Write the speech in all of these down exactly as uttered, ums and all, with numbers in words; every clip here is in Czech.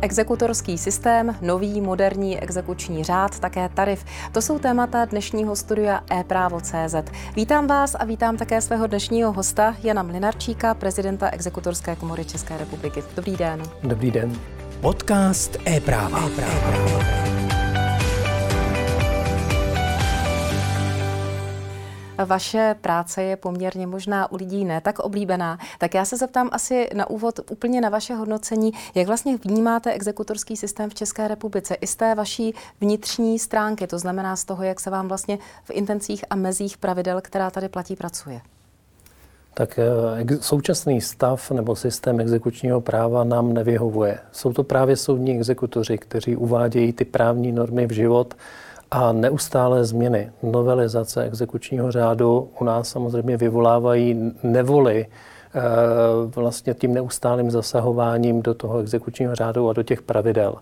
Exekutorský systém, nový moderní exekuční řád, také tarif. To jsou témata dnešního studia ePrávo tečka cé zet. Vítám vás a vítám také svého dnešního hosta Jana Mlynarčíka, prezidenta Exekutorské komory České republiky. Dobrý den. Dobrý den. Podcast ePráva. ePráva. Vaše práce je poměrně možná u lidí ne tak oblíbená, tak já se zeptám asi na úvod úplně na vaše hodnocení, jak vlastně vnímáte exekutorský systém v České republice i z té vaší vnitřní stránky, to znamená z toho, jak se vám vlastně v intencích a mezích pravidel, která tady platí, pracuje. Tak současný stav nebo systém exekučního práva nám nevyhovuje. Jsou to právě soudní exekutoři, kteří uvádějí ty právní normy v život a neustálé změny, novelizace exekučního řádu u nás samozřejmě vyvolávají nevoli vlastně tím neustálým zasahováním do toho exekučního řádu a do těch pravidel.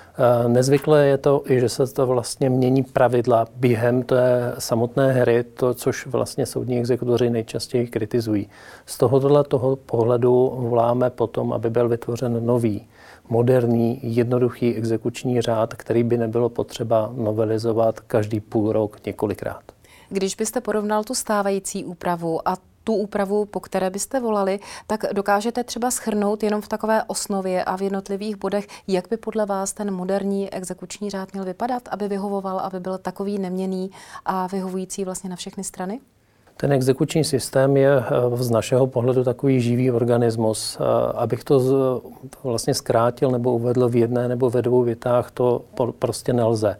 Nezvyklé je to i, že se to vlastně mění pravidla během té samotné hry, to, což vlastně soudní exekutoři nejčastěji kritizují. Z tohoto toho pohledu voláme potom, aby byl vytvořen nový, moderní, jednoduchý exekuční řád, který by nebylo potřeba novelizovat každý půl rok několikrát. Když byste porovnal tu stávající úpravu a tu úpravu, po které byste volali, tak dokážete třeba shrnout jenom v takové osnově a v jednotlivých bodech, jak by podle vás ten moderní exekuční řád měl vypadat, aby vyhovoval, aby byl takový neměnný a vyhovující vlastně na všechny strany? Ten exekuční systém je z našeho pohledu takový živý organismus. Abych to vlastně zkrátil nebo uvedl v jedné nebo ve dvou větách, to prostě nelze.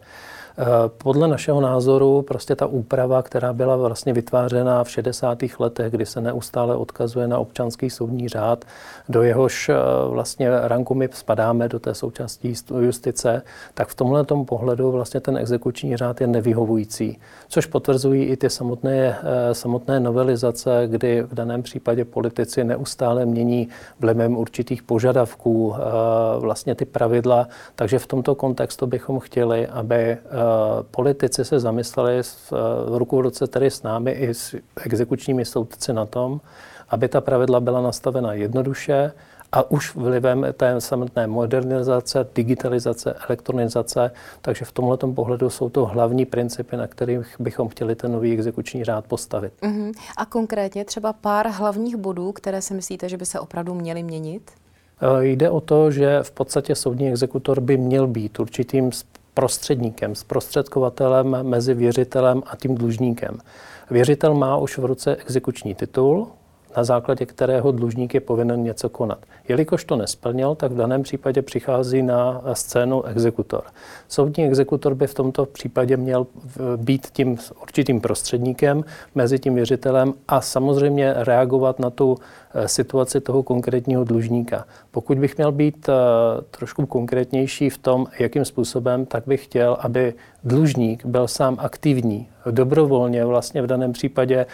Podle našeho názoru prostě ta úprava, která byla vlastně vytvářena v šedesátých letech, kdy se neustále odkazuje na občanský soudní řád, do jehož vlastně ranku my spadáme do té součástí justice, tak v tomhletom pohledu vlastně ten exekuční řád je nevyhovující. Což potvrzují i ty samotné, samotné novelizace, kdy v daném případě politici neustále mění vlivem určitých požadavků vlastně ty pravidla. Takže v tomto kontextu bychom chtěli, aby politici se zamysleli v ruku v ruce tedy s námi i s exekučními soudci na tom, aby ta pravidla byla nastavena jednoduše a už vlivem té samotné modernizace, digitalizace, elektronizace. Takže v tomhletom pohledu jsou to hlavní principy, na kterých bychom chtěli ten nový exekuční řád postavit. Uh-huh. A konkrétně třeba pár hlavních bodů, které si myslíte, že by se opravdu měly měnit? Jde o to, že v podstatě soudní exekutor by měl být určitým prostředníkem, zprostředkovatelem mezi věřitelem a tím dlužníkem. Věřitel má už v ruce exekuční titul, na základě kterého dlužník je povinen něco konat. Jelikož to nesplnil, tak v daném případě přichází na scénu exekutor. Soudní exekutor by v tomto případě měl být tím určitým prostředníkem mezi tím věřitelem a samozřejmě reagovat na tu situaci toho konkrétního dlužníka. Pokud bych měl být trošku konkrétnější v tom, jakým způsobem, tak bych chtěl, aby dlužník byl sám aktivní, dobrovolně vlastně v daném případě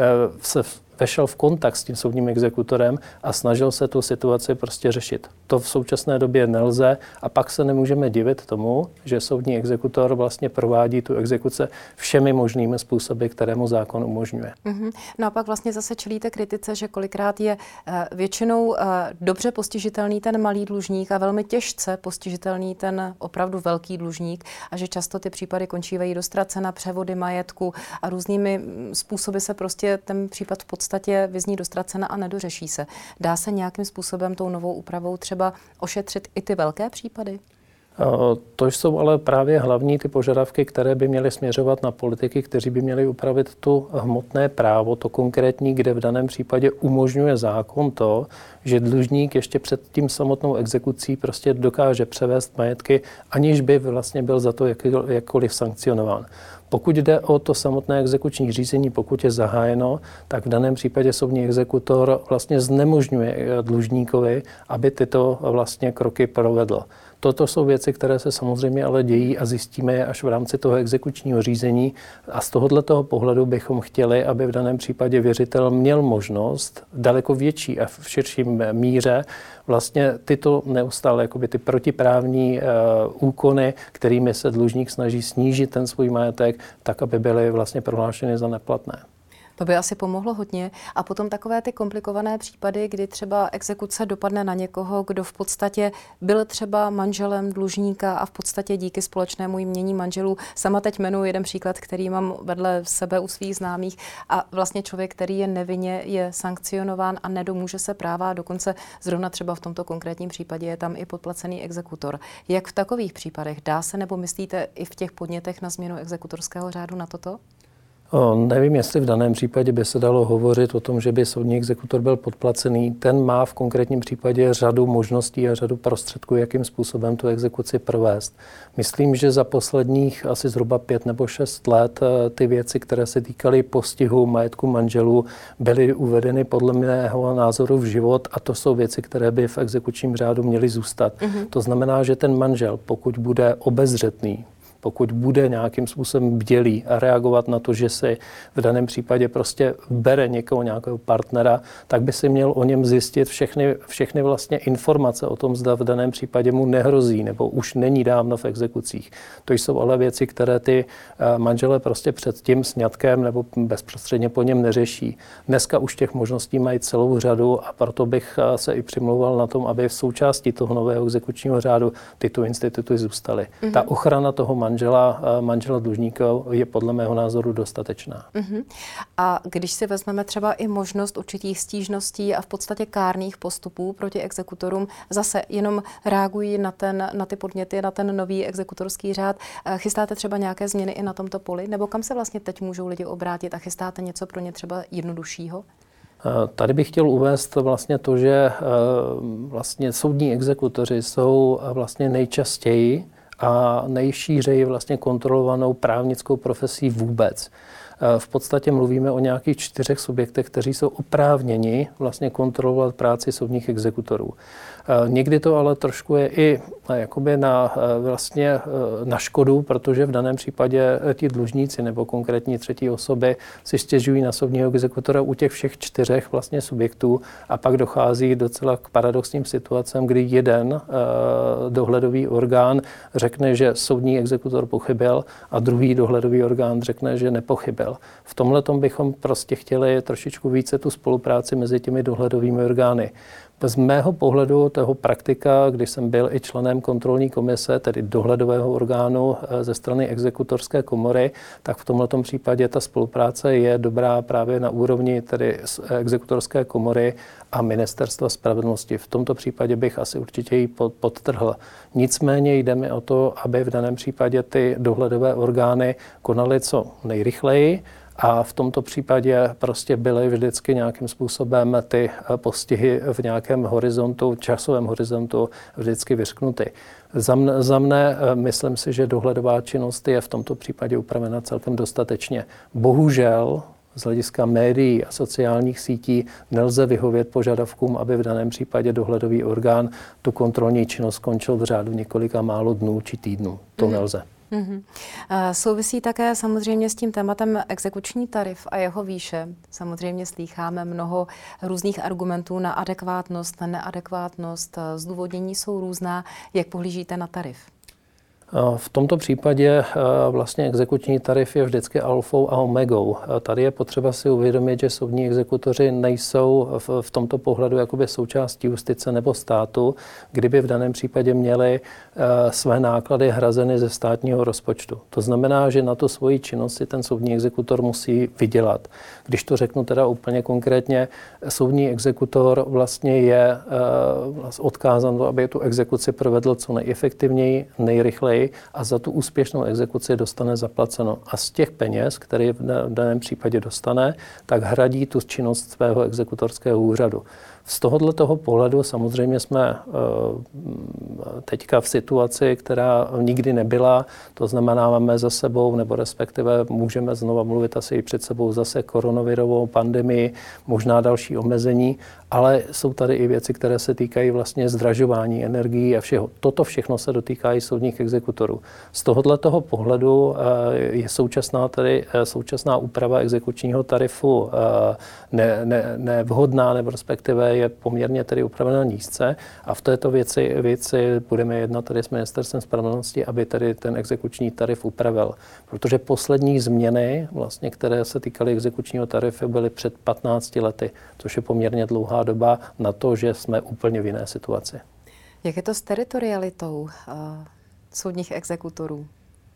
se vešel v kontakt s tím soudním exekutorem a snažil se tu situaci prostě řešit. To v současné době nelze a pak se nemůžeme divit tomu, že soudní exekutor vlastně provádí tu exekuce všemi možnými způsoby, které mu zákon umožňuje. Mm-hmm. No a pak vlastně zase čelíte kritice, že kolikrát je uh, většinou uh, dobře postižitelný ten malý dlužník a velmi těžce postižitelný ten opravdu velký dlužník a že často ty případy končívají do ztracena, převody majetku a různými způsoby se prostě ten případ v podstatě vyzní do ztracena a nedořeší se. Dá se nějakým způsobem tou novou úpravou třeba ošetřit i ty velké případy? To jsou ale právě hlavní ty požadavky, které by měly směřovat na politiky, kteří by měli upravit tu hmotné právo, to konkrétní, kde v daném případě umožňuje zákon to, že dlužník ještě před tím samotnou exekucí prostě dokáže převést majetky, aniž by vlastně byl za to jakkoliv sankcionován. Pokud jde o to samotné exekuční řízení, pokud je zahájeno, tak v daném případě soudní exekutor vlastně znemožňuje dlužníkovi, aby tyto vlastně kroky provedl. Toto jsou věci, které se samozřejmě ale dějí a zjistíme je až v rámci toho exekučního řízení a z tohoto pohledu bychom chtěli, aby v daném případě věřitel měl možnost daleko větší a v širším míře vlastně tyto neustále jakoby ty protiprávní uh, úkony, kterými se dlužník snaží snížit ten svůj majetek, tak, aby byly vlastně prohlášeny za neplatné. To by asi pomohlo hodně. A potom takové ty komplikované případy, kdy třeba exekuce dopadne na někoho, kdo v podstatě byl třeba manželem dlužníka a v podstatě díky společnému jmění manželů. Sama teď jmenuji jeden příklad, který mám vedle sebe u svých známých, a vlastně člověk, který je nevinně, je sankcionován a nedomůže se práva, a dokonce zrovna třeba v tomto konkrétním případě je tam i podplacený exekutor. Jak v takových případech dá se, nebo myslíte i v těch podnětech na změnu exekutorského řádu na toto? O, nevím, jestli v daném případě by se dalo hovořit o tom, že by soudní exekutor byl podplacený. Ten má v konkrétním případě řadu možností a řadu prostředků, jakým způsobem tu exekuci provést. Myslím, že za posledních asi zhruba pět nebo šest let ty věci, které se týkaly postihu majetku manželů, byly uvedeny podle mého názoru v život, a to jsou věci, které by v exekučním řádu měly zůstat. Mm-hmm. To znamená, že ten manžel, pokud bude obezřetný, pokud bude nějakým způsobem bdělý a reagovat na to, že si v daném případě prostě bere někoho, nějakého partnera, tak by si měl o něm zjistit všechny, všechny vlastně informace o tom, zda v daném případě mu nehrozí nebo už není dávno v exekucích. To jsou ale věci, které ty manželé prostě před tím sňatkem nebo bezprostředně po něm neřeší. Dneska už těch možností mají celou řadu, a proto bych se i přimlouval na tom, aby v součástí toho nového exekučního řádu tyto instituty zůstaly. Mm-hmm. Ta ochrana toho manžela Manžela, manžela dlužníka je podle mého názoru dostatečná. Uh-huh. A když si vezmeme třeba i možnost určitých stížností a v podstatě kárných postupů proti exekutorům, zase jenom reagují na, ten, na ty podněty, na ten nový exekutorský řád. Chystáte třeba nějaké změny i na tomto poli? Nebo kam se vlastně teď můžou lidi obrátit a chystáte něco pro ně třeba jednoduššího? Tady bych chtěl uvést vlastně to, že vlastně soudní exekutoři jsou vlastně nejčastěji a nejšířeji vlastně kontrolovanou právnickou profesí vůbec. V podstatě mluvíme o nějakých čtyřech subjektech, kteří jsou oprávněni vlastně kontrolovat práci soudních exekutorů. Někdy to ale trošku je i jakoby na, vlastně na škodu, protože v daném případě ti dlužníci nebo konkrétní třetí osoby si stěžují na soudního exekutora u těch všech čtyřech vlastně subjektů, a pak dochází docela k paradoxním situacím, kdy jeden dohledový orgán řekne, že soudní exekutor pochybil, a druhý dohledový orgán řekne, že nepochybil. V tomhletom bychom prostě chtěli trošičku více tu spolupráci mezi těmi dohledovými orgány. Z mého pohledu toho praktika, když jsem byl i členem kontrolní komise, tedy dohledového orgánu ze strany exekutorské komory, tak v tomto případě ta spolupráce je dobrá právě na úrovni tedy exekutorské komory a Ministerstva spravedlnosti. V tomto případě bych asi určitě ji podtrhl. Nicméně jde mi o to, aby v daném případě ty dohledové orgány konaly co nejrychleji, a v tomto případě prostě byly vždycky nějakým způsobem ty postihy v nějakém horizontu, časovém horizontu vždycky vyřknuty. Za mne, za mne myslím si, že dohledová činnost je v tomto případě upravena celkem dostatečně. Bohužel z hlediska médií a sociálních sítí nelze vyhovět požadavkům, aby v daném případě dohledový orgán tu kontrolní činnost skončil v řádu několika málo dnů či týdnů. To nelze. Mm-hmm. Souvisí také samozřejmě s tím tématem exekuční tarif a jeho výše. Samozřejmě slýcháme mnoho různých argumentů na adekvátnost, na neadekvátnost. Zdůvodnění jsou různá. Jak pohlížíte na tarif? V tomto případě vlastně exekuční tarif je vždycky alfou a omegou. Tady je potřeba si uvědomit, že soudní exekutoři nejsou v tomto pohledu jakoby součástí justice nebo státu, kdyby v daném případě měli své náklady hrazeny ze státního rozpočtu. To znamená, že na tu svoji činnost si ten soudní exekutor musí vydělat. Když to řeknu teda úplně konkrétně, soudní exekutor vlastně je odkázán, aby tu exekuci provedl co nejefektivněji, nejrychleji, a za tu úspěšnou exekuci dostane zaplaceno. A z těch peněz, které v daném případě dostane, tak hradí tu činnost svého exekutorského úřadu. Z tohohle toho pohledu samozřejmě jsme teďka v situaci, která nikdy nebyla, to znamená, máme za sebou, nebo respektive můžeme znova mluvit asi i před sebou zase koronavirovou pandemii, možná další omezení, ale jsou tady i věci, které se týkají vlastně zdražování energií a všeho. Toto všechno se dotýká i soudních exekutorů exekutorů. Z tohohle toho pohledu je současná, tedy, současná úprava exekučního tarifu ne, ne, nevhodná, nebo respektive je poměrně tedy upravena nízce a v této věci, věci budeme jednat tedy s Ministerstvem spravedlnosti, aby tedy ten exekuční tarif upravil. Protože poslední změny, vlastně, které se týkaly exekučního tarifu, byly před patnácti lety, což je poměrně dlouhá doba na to, že jsme úplně v jiné situaci. Jak je to s teritorialitou uh, soudních exekutorů?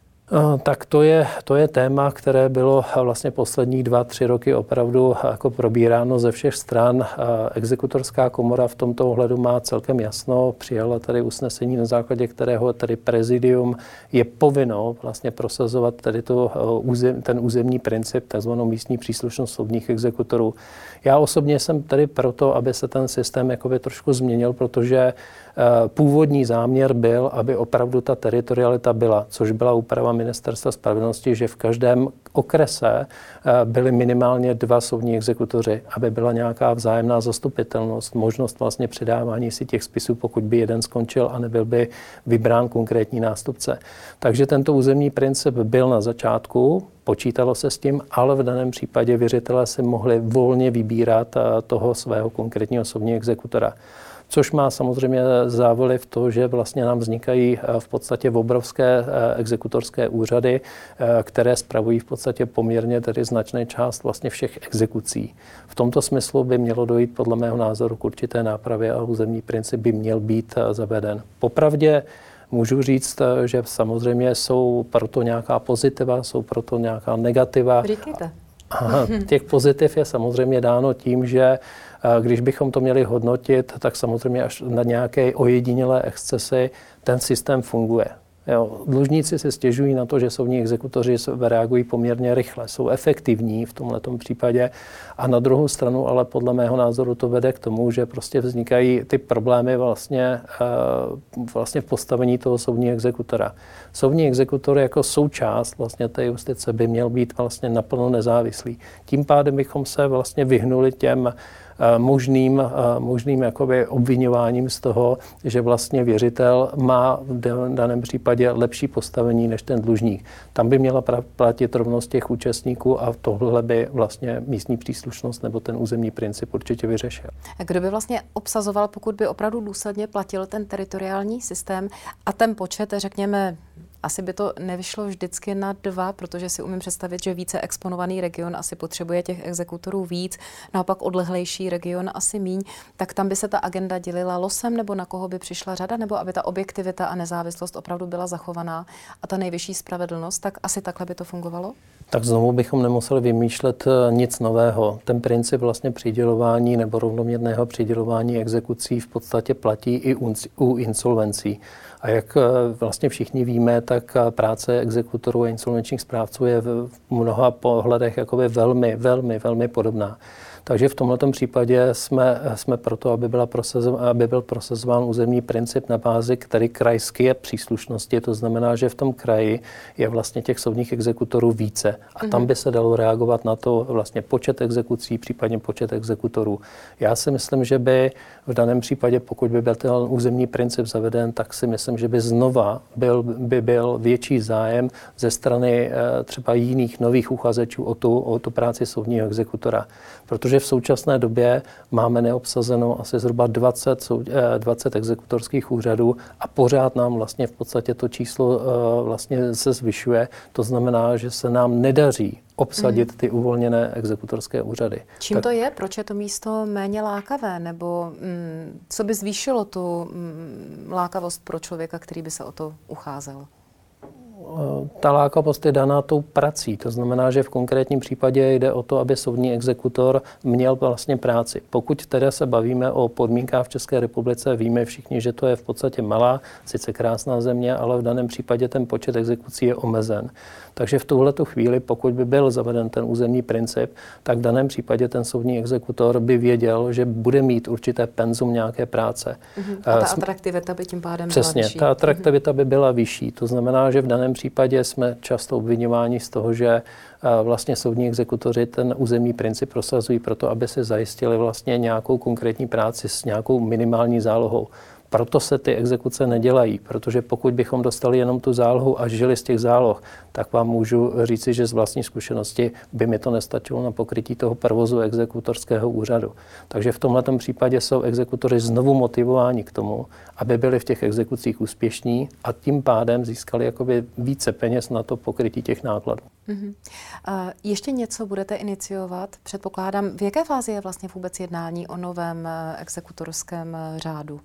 Tak to je, to je téma, které bylo vlastně poslední dva, tři roky opravdu jako probíráno ze všech stran. Exekutorská komora v tomto ohledu má celkem jasno, přijala tady usnesení, na základě kterého tady prezidium je povinno vlastně prosazovat tady to, ten územní princip, takzvanou místní příslušnost soudních exekutorů. Já osobně jsem tady proto, aby se ten systém jakoby trošku změnil, protože původní záměr byl, aby opravdu ta teritorialita byla, což byla úprava Ministerstva spravedlnosti, že v každém okrese byly minimálně dva soudní exekutoři, aby byla nějaká vzájemná zastupitelnost, možnost vlastně předávání si těch spisů, pokud by jeden skončil a nebyl by vybrán konkrétní nástupce. Takže tento územní princip byl na začátku, počítalo se s tím, ale v daném případě věřitelé si mohli volně vybírat toho svého konkrétního soudního exekutora. Což má samozřejmě závoliv to, že vlastně nám vznikají v podstatě obrovské exekutorské úřady, které spravují v podstatě poměrně tedy značné část vlastně všech exekucí. V tomto smyslu by mělo dojít podle mého názoru k určité nápravě a územní princip by měl být zaveden. Popravdě můžu říct, že samozřejmě jsou proto nějaká pozitiva, jsou proto nějaká negativa. Říkejte. A těch pozitiv je samozřejmě dáno tím, že když bychom to měli hodnotit, tak samozřejmě až na nějaké ojedinělé excesy ten systém funguje. Jo, dlužníci si stěžují na to, že soudní exekutoři reagují poměrně rychle, jsou efektivní v tomhletom případě a na druhou stranu, ale podle mého názoru to vede k tomu, že prostě vznikají ty problémy vlastně, vlastně v postavení toho soudního exekutora. Soudní exekutor jako součást vlastně té justice by měl být vlastně naplno nezávislý. Tím pádem bychom se vlastně vyhnuli těm možným, možným jakoby obviňováním z toho, že vlastně věřitel má v daném případě lepší postavení než ten dlužník. Tam by měla platit rovnost těch účastníků a tohle by vlastně místní příslušnost nebo ten územní princip určitě vyřešil. A kdo by vlastně obsazoval, pokud by opravdu důsledně platil ten teritoriální systém a ten počet, řekněme, asi by to nevyšlo vždycky na dva, protože si umím představit, že více exponovaný region asi potřebuje těch exekutorů víc, naopak odlehlejší region asi míň, tak tam by se ta agenda dělila losem, nebo na koho by přišla řada, nebo aby ta objektivita a nezávislost opravdu byla zachovaná a ta nejvyšší spravedlnost, tak asi takhle by to fungovalo? Tak znovu bychom nemuseli vymýšlet nic nového. Ten princip vlastně přidělování nebo rovnoměrného přidělování exekucí v podstatě platí i u insolvencí. A jak vlastně všichni víme, tak práce exekutorů a insolvenčních správců je v mnoha pohledech jakoby velmi, velmi, velmi podobná. Takže v tomto případě jsme, jsme proto, aby, byla aby byl prosazován územní princip na bázi, který krajské příslušnosti, to znamená, že v tom kraji je vlastně těch soudních exekutorů více. A tam by se dalo reagovat na to vlastně počet exekucí, případně počet exekutorů. Já si myslím, že by v daném případě, pokud by byl ten územní princip zaveden, tak si myslím, že by znova byl, by byl větší zájem ze strany třeba jiných nových uchazečů o tu, o tu práci soudního exekutora. Protože v současné době máme neobsazeno asi zhruba dvacet, dvacet exekutorských úřadů a pořád nám vlastně v podstatě to číslo vlastně se zvyšuje. To znamená, že se nám nedaří obsadit ty uvolněné exekutorské úřady. Čím tak to je? Proč je to místo méně lákavé? Nebo mm, co by zvýšilo tu mm, lákavost pro člověka, který by se o to ucházel? Ta lákavost je daná tou prací. To znamená, že v konkrétním případě jde o to, aby soudní exekutor měl vlastně práci. Pokud teda se bavíme o podmínkách v České republice, víme všichni, že to je v podstatě malá, sice krásná země, ale v daném případě ten počet exekucí je omezen. Takže v tuhletu chvíli, pokud by byl zaveden ten územní princip, tak v daném případě ten soudní exekutor by věděl, že bude mít určité penzum nějaké práce. Uh-huh. A ta atraktivita by tím pádem Přesně, byla vyšší. Přesně, ta atraktivita by byla vyšší. To znamená, že v daném případě jsme často obviňováni z toho, že vlastně soudní exekutoři ten územní princip prosazují proto, aby si zajistili vlastně nějakou konkrétní práci s nějakou minimální zálohou. Proto se ty exekuce nedělají, protože pokud bychom dostali jenom tu zálohu a žili z těch záloh, tak vám můžu říci, že z vlastní zkušenosti by mi to nestačilo na pokrytí toho provozu exekutorského úřadu. Takže v tomhletom případě jsou exekutoři znovu motivováni k tomu, aby byli v těch exekucích úspěšní a tím pádem získali jakoby více peněz na to pokrytí těch nákladů. Mm-hmm. Uh, ještě něco budete iniciovat? Předpokládám, v jaké fázi je vlastně vůbec jednání o novém uh, exekutorském uh, řádu?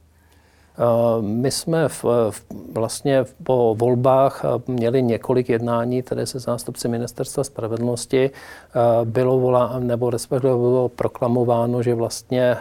My jsme v, v, vlastně po volbách měli několik jednání, tedy se zástupci Ministerstva spravedlnosti. Bylo volá, nebo respektive bylo proklamováno, že vlastně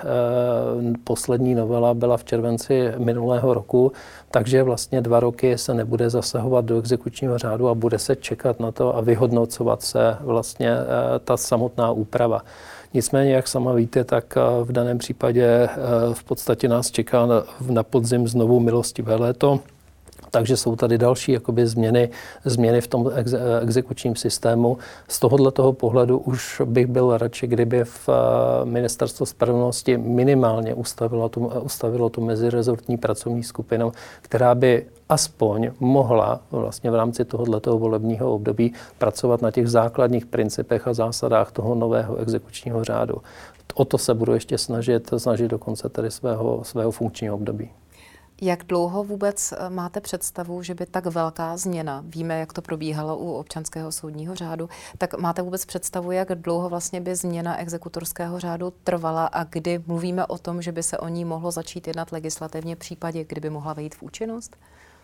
poslední novela byla v červenci minulého roku, takže vlastně dva roky se nebude zasahovat do exekučního řádu a bude se čekat na to a vyhodnocovat se vlastně ta samotná úprava. Nicméně, jak sama víte, tak v daném případě v podstatě nás čeká na podzim znovu milostivé léto. Takže jsou tady další jakoby změny, změny v tom exe, exekučním systému. Z tohoto pohledu už bych byl radši, kdyby v Ministerstvo spravedlnosti minimálně ustavilo tu, ustavilo tu mezirezortní pracovní skupinu, která by aspoň mohla vlastně v rámci tohoto volebního období pracovat na těch základních principech a zásadách toho nového exekučního řádu. O to se budu ještě snažit, snažit do konce tedy svého, svého funkčního období. Jak dlouho vůbec máte představu, že by tak velká změna, víme, jak to probíhalo u občanského soudního řádu, tak máte vůbec představu, jak dlouho vlastně by změna exekutorského řádu trvala a kdy mluvíme o tom, že by se o ní mohlo začít jednat legislativně v případě, kdyby mohla vejít v účinnost?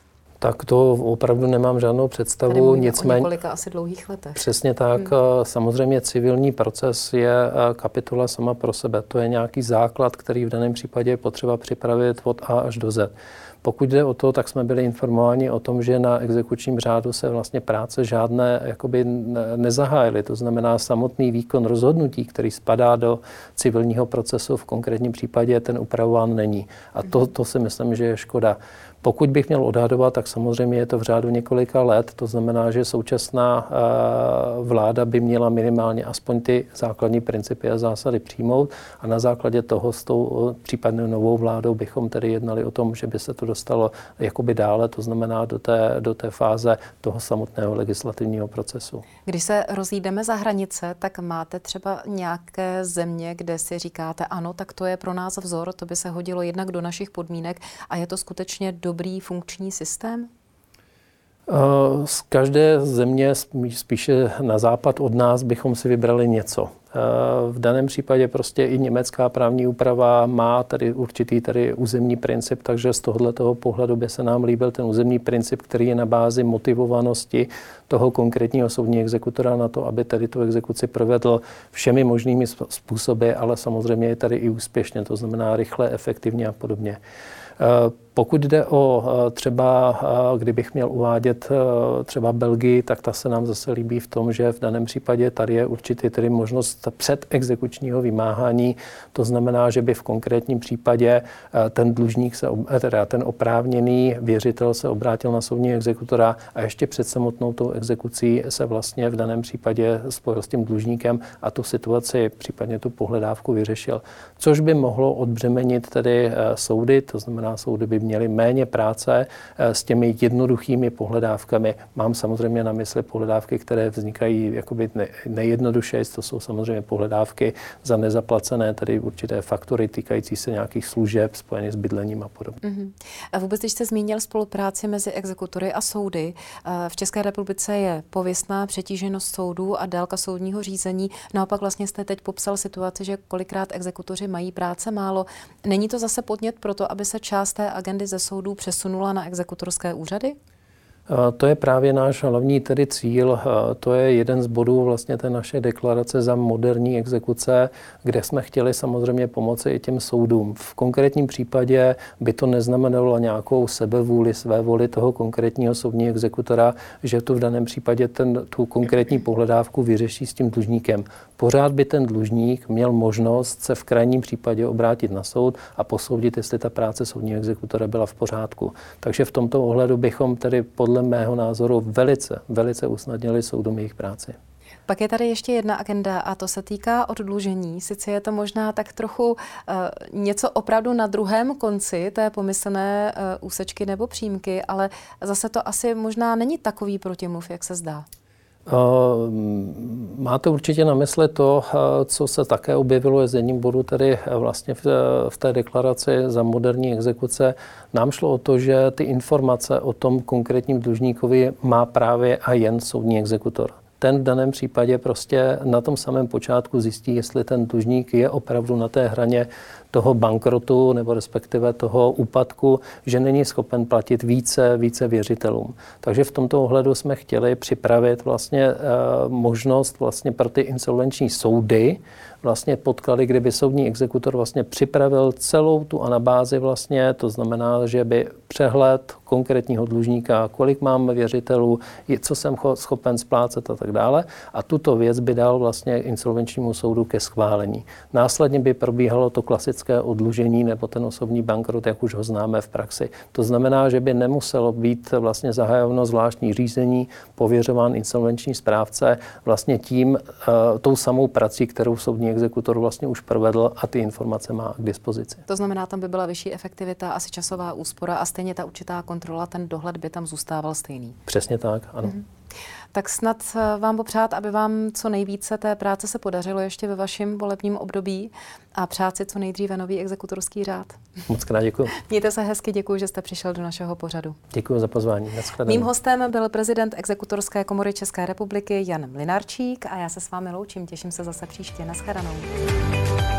Tak to opravdu nemám žádnou představu. Nicméně o několika asi dlouhých letech. Přesně tak. Hmm. Samozřejmě civilní proces je kapitola sama pro sebe. To je nějaký základ, který v daném případě je potřeba připravit od A až do Z. Pokud jde o to, tak jsme byli informováni o tom, že na exekučním řádu se vlastně práce žádné jakoby nezahájily. To znamená samotný výkon rozhodnutí, který spadá do civilního procesu, v konkrétním případě ten upravován není. A to, to si myslím, že je škoda. Pokud bych měl odhadovat, tak samozřejmě je to v řádu několika let. To znamená, že současná vláda by měla minimálně aspoň ty základní principy a zásady přijmout a na základě toho s tou případnou novou vládou bychom tedy jednali o tom, že by se to dostalo jakoby dále, to znamená do té, do té fáze toho samotného legislativního procesu. Když se rozjídeme za hranice, tak máte třeba nějaké země, kde si říkáte, ano, tak to je pro nás vzor, to by se hodilo jednak do našich podmínek a je to skutečně dobrý funkční systém? Z každé země, spíše na západ od nás, bychom si vybrali něco. V daném případě prostě i německá právní úprava má tady určitý tady územní princip, takže z tohoto pohledu by se nám líbil ten územní princip, který je na bázi motivovanosti toho konkrétního soudního exekutora na to, aby tady tu exekuci provedl všemi možnými způsoby, ale samozřejmě je tady i úspěšně, to znamená rychle, efektivně a podobně. Pokud jde o třeba, kdybych měl uvádět třeba Belgii, tak ta se nám zase líbí v tom, že v daném případě tady je určitě tedy možnost předexekučního vymáhání. To znamená, že by v konkrétním případě ten dlužník, se, teda ten oprávněný věřitel se obrátil na soudního exekutora a ještě před samotnou tou exekucí se vlastně v daném případě spojil s tím dlužníkem a tu situaci, případně tu pohledávku vyřešil. Což by mohlo odbřemenit tedy soudy, to znamená, soudy by měli méně práce s těmi jednoduchými pohledávkami. Mám samozřejmě na mysli pohledávky, které vznikají jakoby nejjednodušeji. To jsou samozřejmě pohledávky za nezaplacené, tedy určité faktory týkající se nějakých služeb spojených s bydlením a podobně. Mm-hmm. A vůbec, když jste zmínil spolupráci mezi exekutory a soudy, v České republice je pověstná přetíženost soudů a délka soudního řízení. Naopak vlastně jste teď popsal situaci, že kolikrát exekutoři mají práce málo. Není to zase podnět pro to, aby se část té agendy ze soudů přesunula na exekutorské úřady? To je právě náš hlavní tedy cíl. To je jeden z bodů vlastně té naše deklarace za moderní exekuce, kde jsme chtěli samozřejmě pomoci i těm soudům. V konkrétním případě by to neznamenalo nějakou sebevůli, své vůli toho konkrétního soudního exekutora, že tu v daném případě ten, tu konkrétní pohledávku vyřeší s tím dlužníkem. Pořád by ten dlužník měl možnost se v krajním případě obrátit na soud a posoudit, jestli ta práce soudního exekutora byla v pořádku. Takže v tomto ohledu bychom tedy podle mého názoru velice, velice usnadnili soudům jejich práci. Pak je tady ještě jedna agenda a to se týká oddlužení. Sice je to možná tak trochu uh, něco opravdu na druhém konci té pomyslné uh, úsečky nebo přímky, ale zase to asi možná není takový protimluv, jak se zdá. Máte určitě na mysli to, co se také objevilo z jedním bodu, tedy vlastně v té deklaraci za moderní exekuce. Nám šlo o to, že ty informace o tom konkrétním dlužníkovi má právě a jen soudní exekutor. Ten v daném případě prostě na tom samém počátku zjistí, jestli ten dlužník je opravdu na té hraně toho bankrotu nebo respektive toho úpadku, že není schopen platit více, více věřitelům. Takže v tomto ohledu jsme chtěli připravit vlastně e, možnost vlastně pro ty insolvenční soudy vlastně podklady, kdyby soudní exekutor vlastně připravil celou tu anabázi vlastně, to znamená, že by přehled konkrétního dlužníka, kolik máme věřitelů, co jsem schopen splácet a tak dále. A tuto věc by dal vlastně insolvenčnímu soudu ke schválení. Následně by probíhalo to klasické oddlužení nebo ten osobní bankrot, jak už ho známe v praxi. To znamená, že by nemuselo být vlastně zahájeno zvláštní řízení, pověřován insolvenční správce vlastně tím, tou samou prací, kterou soudní exekutor vlastně už provedl a ty informace má k dispozici. To znamená, tam by byla vyšší efektivita, asi časová úspora a stejně ta určitá kontrola, ten dohled by tam zůstával stejný. Přesně tak, ano. Mm-hmm. Tak snad vám popřát, aby vám co nejvíce té práce se podařilo ještě ve vašem volebním období a přát si co nejdříve nový exekutorský řád. Moc krát děkuji. Mějte se hezky, děkuji, že jste přišel do našeho pořadu. Děkuji za pozvání. Mým hostem byl prezident Exekutorské komory České republiky Jan Mlynarčík a já se s vámi loučím. Těším se zase příště. Naschledanou.